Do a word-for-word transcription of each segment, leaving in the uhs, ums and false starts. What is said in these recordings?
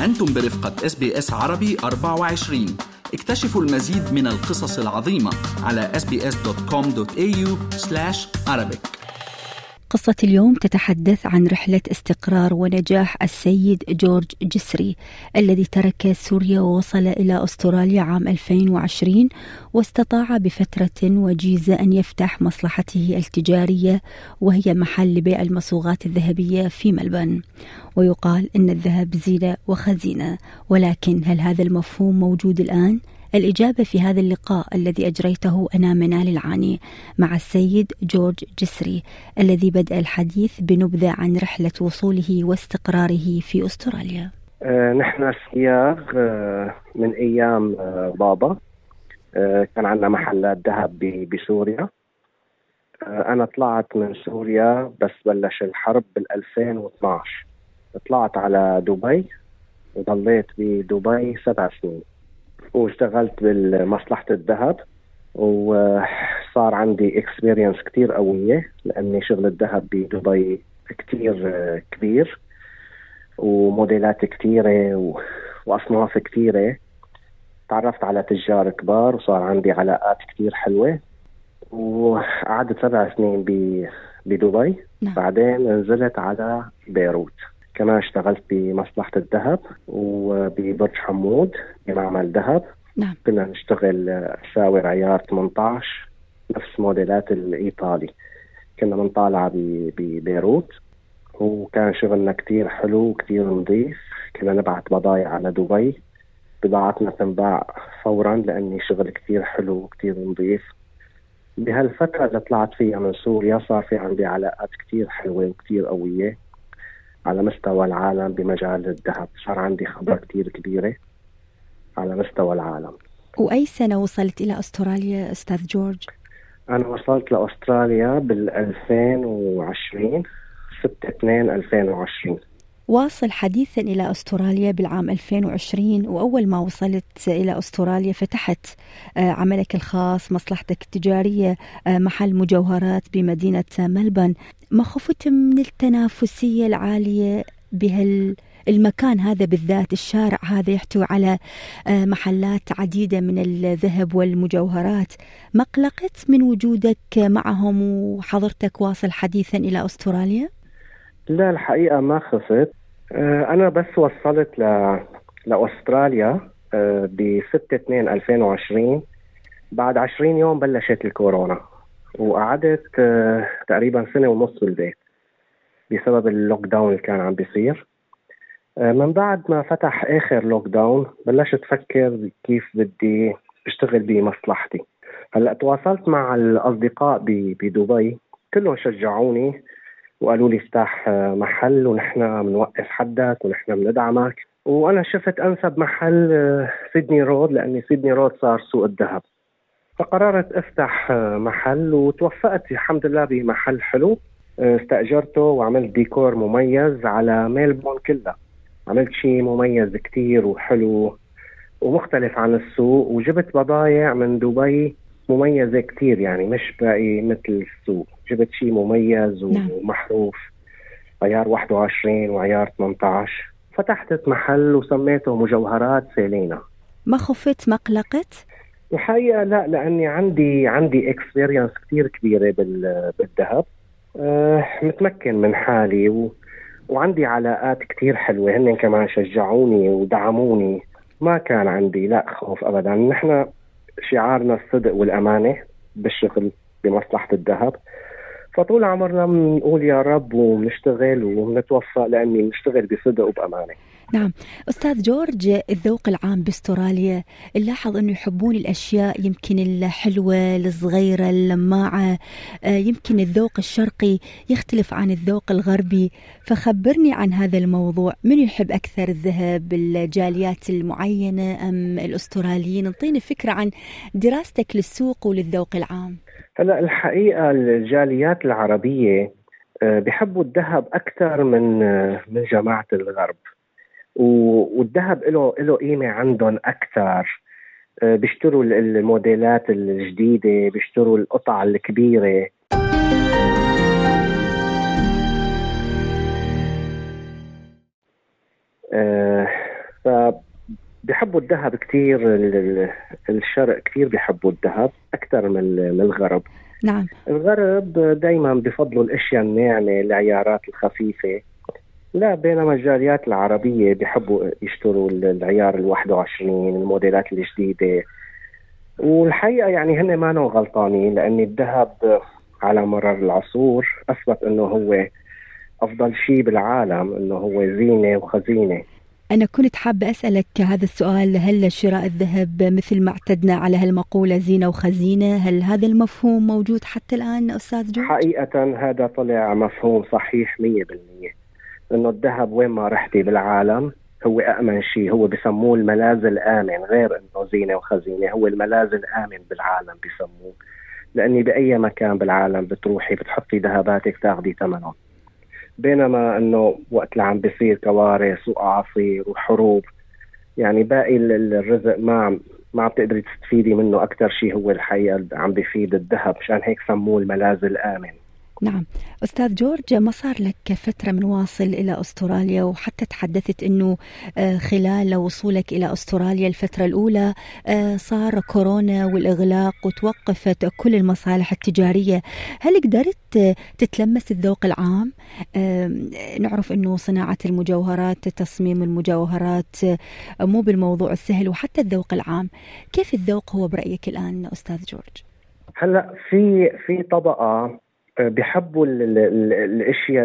أنتم برفقة إس بي إس عربي أربعة وعشرين. اكتشفوا المزيد من القصص العظيمة على إس بي إس دوت كوم دوت إيه يو سلاش عربيك. قصة اليوم تتحدث عن رحلة استقرار ونجاح السيد جورج جسري الذي ترك سوريا ووصل إلى أستراليا عام ألفين وعشرين، واستطاع بفترة وجيزة أن يفتح مصلحته التجارية وهي محل لبيع المصوغات الذهبية في ملبن. ويقال أن الذهب زينة وخزينة، ولكن هل هذا المفهوم موجود الآن؟ الإجابة في هذا اللقاء الذي أجريته أنا منال العاني مع السيد جورج جسري الذي بدأ الحديث بنبذة عن رحلة وصوله واستقراره في أستراليا. آه نحن سياغ آه من أيام آه بابا آه كان عندنا محلات ذهب بسوريا. آه أنا طلعت من سوريا بس بلش الحرب بالألفين واثناعش، طلعت على دبي وضليت بدبي سبع سنين واشتغلت بالمصلحة الذهب، وصار عندي اكسبيرينس كتير قوية لأني شغل الذهب بدبي كتير كبير وموديلات كتيرة وأصناف كتيرة. تعرفت على تجار كبار وصار عندي علاقات كتير حلوة، وقعدت سبع سنين بدبي. نعم. بعدين نزلت على بيروت، كمان اشتغلت بمصلحة الذهب وببرج حمود بمعمل ذهب. نعم. كنا نشتغل أساور عيار ثمانية عشر نفس موديلات الإيطالي. كنا منطالعة ببيروت وكان شغلنا كتير حلو وكتير نظيف. كنا نبعت بضايع على دبي، بضاعتنا تنباع فورا لأني شغل كتير حلو وكتير نظيف. بهالفترة اللي طلعت فيها من سوريا صار في عندي علاقات كتير حلوة وكتير قوية على مستوى العالم بمجال الذهب. صار عندي خبرة كتير كبيرة على مستوى العالم. وأي سنة وصلت إلى أستراليا أستاذ جورج؟ أنا وصلت لأستراليا بالألفين وعشرين، ستة اثنين ألفين وعشرين. واصل حديثا إلى أستراليا بالعام ألفين وعشرين، وأول ما وصلت إلى أستراليا فتحت عملك الخاص، مصلحتك التجارية، محل مجوهرات بمدينة ملبن. ما خفت من التنافسية العالية بهالمكان هذا بالذات؟ الشارع هذا يحتوي على محلات عديدة من الذهب والمجوهرات، ما قلقت من وجودك معهم وحضرتك واصل حديثا إلى أستراليا؟ لا الحقيقة ما خفت. أنا بس وصلت ل... لأستراليا ب ستة اثنين ألفين وعشرين. بعد عشرين يوم بلشت الكورونا، وقعدت تقريبا سنة ونص بالبيت بسبب اللوك داون اللي كان عم بيصير. من بعد ما فتح آخر لوك داون بلشت أفكر كيف بدي اشتغل بمصلحتي. هلأ تواصلت مع الأصدقاء بدبي، كلهم شجعوني وقالوا لي افتح محل ونحن بنوقف حدك ونحن بندعمك. وأنا شفت أنسب محل سيدني رود، لأني سيدني رود صار سوق الذهب، فقررت افتح محل وتوفقت الحمد لله بمحل حلو. استأجرته وعملت ديكور مميز على ميلبورن كلها. عملت شيء مميز كتير وحلو ومختلف عن السوق، وجبت بضايع من دبي مميزة كتير، يعني مش باقي مثل السوق. جبت شيء مميز ومحروف، عيار واحد وعشرين وعيار ثمانية عشر. فتحت محل وسميته مجوهرات سيلينا. ما خفت ما قلقت؟ الحقيقة لا، لأني عندي عندي اكسبيرينس كتير كبيرة بالذهب. أه متمكن من حالي و... وعندي علاقات كتير حلوة. هن كمان شجعوني ودعموني، ما كان عندي لا خوف أبدا. نحن شعارنا الصدق والأمانة بالشغل بمصلحة الذهب، فطول عمرنا بنقول يا رب ونشتغل ونتوفق لأني نشتغل بصدق وبأمانة. نعم. أستاذ جورج، الذوق العام باستراليا نلاحظ أنه يحبون الأشياء يمكن الحلوة الصغيرة اللماعة، يمكن الذوق الشرقي يختلف عن الذوق الغربي، فخبرني عن هذا الموضوع. من يحب أكثر الذهب، الجاليات المعينة أم الأستراليين؟ انطيني فكرة عن دراستك للسوق وللذوق العام. هلا الحقيقة الجاليات العربية بيحبوا الذهب أكثر من من جماعة الغرب، والذهب له له قيمة عندهم أكثر. بيشتروا الموديلات الجديدة، بيشتروا القطع الكبيرة. بيحبوا الذهب كتير، الشرق كتير بيحبوا الذهب أكثر من الغرب. نعم. الغرب دايما بفضلوا الأشياء الناعمة، العيارات الخفيفة، لا بينما الجاليات العربية بيحبوا يشتروا العيار الواحد وعشرين، الموديلات الجديدة. والحقيقة يعني هن ما نو غلطانين، لأن الذهب على مرر العصور أثبت أنه هو أفضل شيء بالعالم، أنه هو زينة وخزينة. أنا كنت حابة أسألك هذا السؤال، هل شراء الذهب مثل ما اعتدنا على هالمقولة زينة وخزينة، هل هذا المفهوم موجود حتى الآن أستاذ جورج؟ حقيقة هذا طلع مفهوم صحيح مية بالمية، أنه الذهب وين ما رحتي بالعالم هو أأمن شيء، هو بسموه الملاذ الآمن، غير أنه زينة وخزينة، هو الملاذ الآمن بالعالم بسموه، لأني بأي مكان بالعالم بتروحي بتحطي ذهباتك تاخدي ثمنه. بينما أنه وقت اللي عم بيصير كوارث وأعاصير وحروب، يعني باقي الرزق ما ما عم تقدري تستفيدي منه. أكثر شيء هو الحقيقة عم بيفيد الذهب، مشان هيك سموه الملاذ الآمن. نعم. أستاذ جورج، ما صار لك فترة من واصل إلى أستراليا، وحتى تحدثت أنه خلال وصولك إلى أستراليا الفترة الأولى صار كورونا والإغلاق وتوقفت كل المصالح التجارية. هل قدرت تتلمس الذوق العام؟ نعرف أنه صناعة المجوهرات، تصميم المجوهرات مو بالموضوع السهل، وحتى الذوق العام، كيف الذوق هو برأيك الآن أستاذ جورج؟ هلأ في في طبقة بيحبوا ال ال الاشياء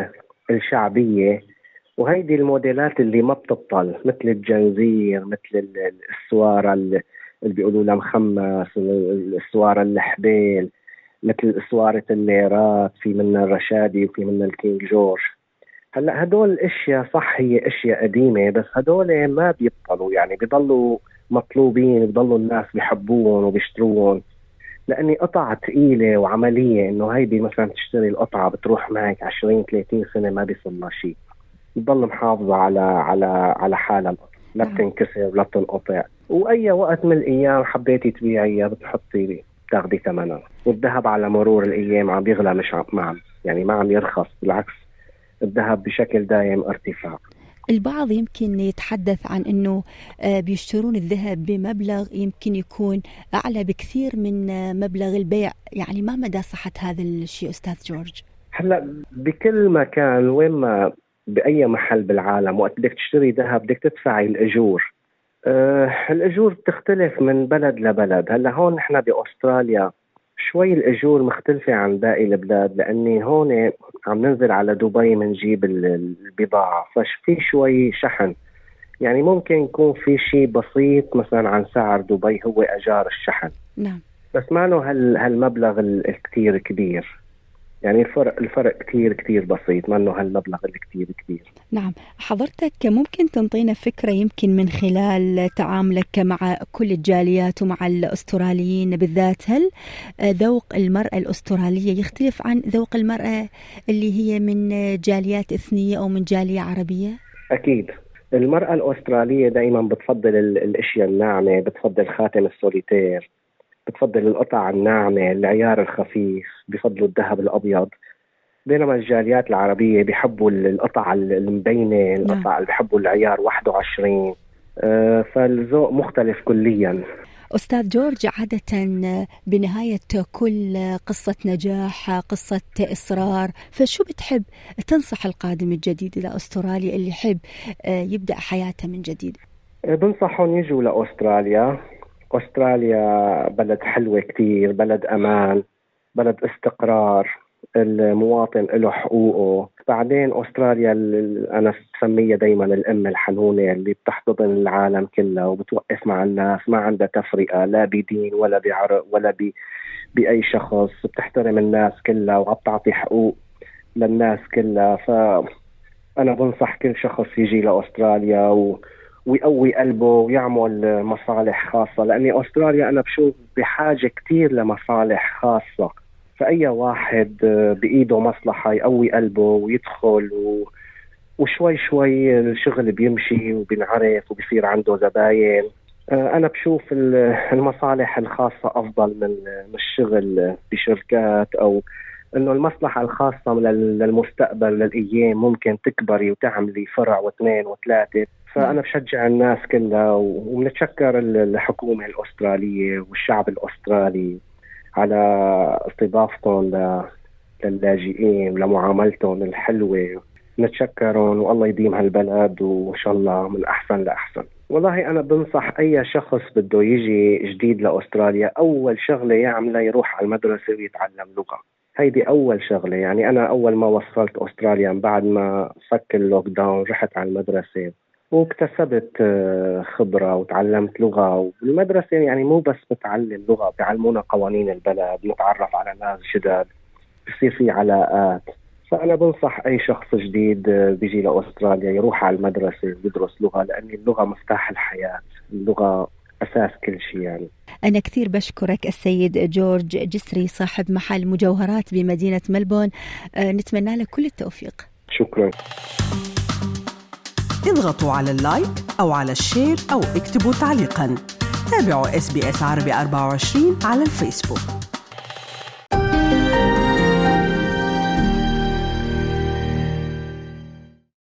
الشعبية، وهيدي الموديلات اللي ما بتبطل، مثل الجنزير، مثل السوارة اللي بيقولوا لها مخمس، السوارة الحبيل، مثل سوارة الليرات، في منها الرشادي وفي منها الكينج جورج. هلا هدول الاشياء صح هي اشياء قديمة، بس هدول ما بيبطلوا، يعني بيضلوا مطلوبين، بيضلوا الناس بيحبوهم وبيشتروهم، لأني قطعة ثقيلة وعملية. إنه هيدي مثلا تشتري القطعة بتروح معك عشرين ثلاثين سنة ما بيصلها شيء، بتضل محافظة على على على حالها، لا بتنكسر ولا بتنقطع. وأي وقت من الأيام حبيتي تبيعيها بتحطي تاخدي ثمنها. والذهب على مرور الأيام عم بيغلى، مش عم يعني ما عم يرخص، بالعكس الذهب بشكل دائم ارتفاع. البعض يمكن يتحدث عن أنه بيشترون الذهب بمبلغ يمكن يكون أعلى بكثير من مبلغ البيع، يعني ما مدى صحة هذا الشيء أستاذ جورج؟ هلا بكل مكان، وين ما بأي محل بالعالم وقت بدك تشتري ذهب بدك تدفعي الأجور. أه الأجور بتختلف من بلد لبلد. هلا هون نحن بأستراليا شوي الأجور مختلفة عن باقي البلاد، لأني هون عم ننزل على دبي منجيب البضاعة، ففي شوي شحن، يعني ممكن يكون في شيء بسيط مثلا عن سعر دبي هو أجار الشحن. نعم. بس ما له هالمبلغ الكتير كبير، يعني الفرق الفرق كتير كتير بسيط، ما انه هالمبلغ الكتير كبير. نعم. حضرتك ممكن تنطينا فكرة يمكن من خلال تعاملك مع كل الجاليات ومع الأستراليين بالذات، هل ذوق المرأة الأسترالية يختلف عن ذوق المرأة اللي هي من جاليات إثنية أو من جالية عربية؟ أكيد. المرأة الأسترالية دائما بتفضل الأشياء الناعمة، بتفضل خاتم السوليتير، بتفضل القطع الناعمة، العيار الخفيف، بفضلوا الذهب الأبيض. بينما الجاليات العربية بيحبوا القطع المبينة، القطع اللي بيحبوا العيار واحد وعشرين. آه فالذوق مختلف كليا. أستاذ جورج، عادة بنهاية كل قصة نجاح قصة إصرار، فشو بتحب تنصح القادم الجديد إلى أستراليا اللي يحب يبدأ حياته من جديد؟ بنصحهم يجوا لأستراليا. أستراليا بلد حلوة كتير، بلد أمان، بلد استقرار، المواطن له حقوقه. بعدين أستراليا أنا بسميها دايما الأم الحنونة اللي بتحتضن العالم كله وبتوقف مع الناس، ما عندها تفرقة لا بدين ولا بعرق ولا ب... بأي شخص، بتحترم الناس كلها وبتعطي حقوق للناس كلها. فأنا بنصح كل شخص يجي لأستراليا و... ويقوي قلبه ويعمل مصالح خاصة، لأني أستراليا أنا بشوف بحاجة كتير لمصالح خاصة. فأي واحد بإيده مصلحة يقوي قلبه ويدخل و... وشوي شوي الشغل بيمشي وبينعرف وبيصير عنده زباين. أنا بشوف المصالح الخاصة أفضل من الشغل بشركات أو إنه المصلحة الخاصة للمستقبل للأيام ممكن تكبري وتعملي فرع واثنين وثلاثة. فأنا بشجع الناس كلها، وبنتشكر الحكومة الأسترالية والشعب الأسترالي على استضافتهم للاجئين، لمعاملتهم الحلوة. نتشكرهم والله يديم هالبلد وإن شاء الله من أحسن لأحسن. والله أنا بنصح أي شخص بده يجي جديد لأستراليا أول شغلة يعملها يروح على المدرسة ويتعلم لغة. هيدي أول شغلة. يعني أنا أول ما وصلت أستراليا بعد ما فك اللوك داون رحت على المدرسة واكتسبت خبرة وتعلمت لغة. والمدرسة يعني مو بس بتعلم لغة، بيعلمونا قوانين البلد، نتعرف على ناس جداد، بصير في علاقات. فأنا بنصح أي شخص جديد بيجي لأستراليا يروح على المدرسة ويدرس لغة، لأن اللغة مفتاح الحياة، اللغة أساس كل شيء. يعني أنا كثير بشكرك السيد جورج جسري صاحب محل مجوهرات بمدينة ملبون. أه نتمنى لك كل التوفيق. شكرا. اضغطوا على اللايك أو على الشير أو اكتبوا تعليقا. تابعوا إس بي إس عربي أربعة وعشرين على الفيسبوك.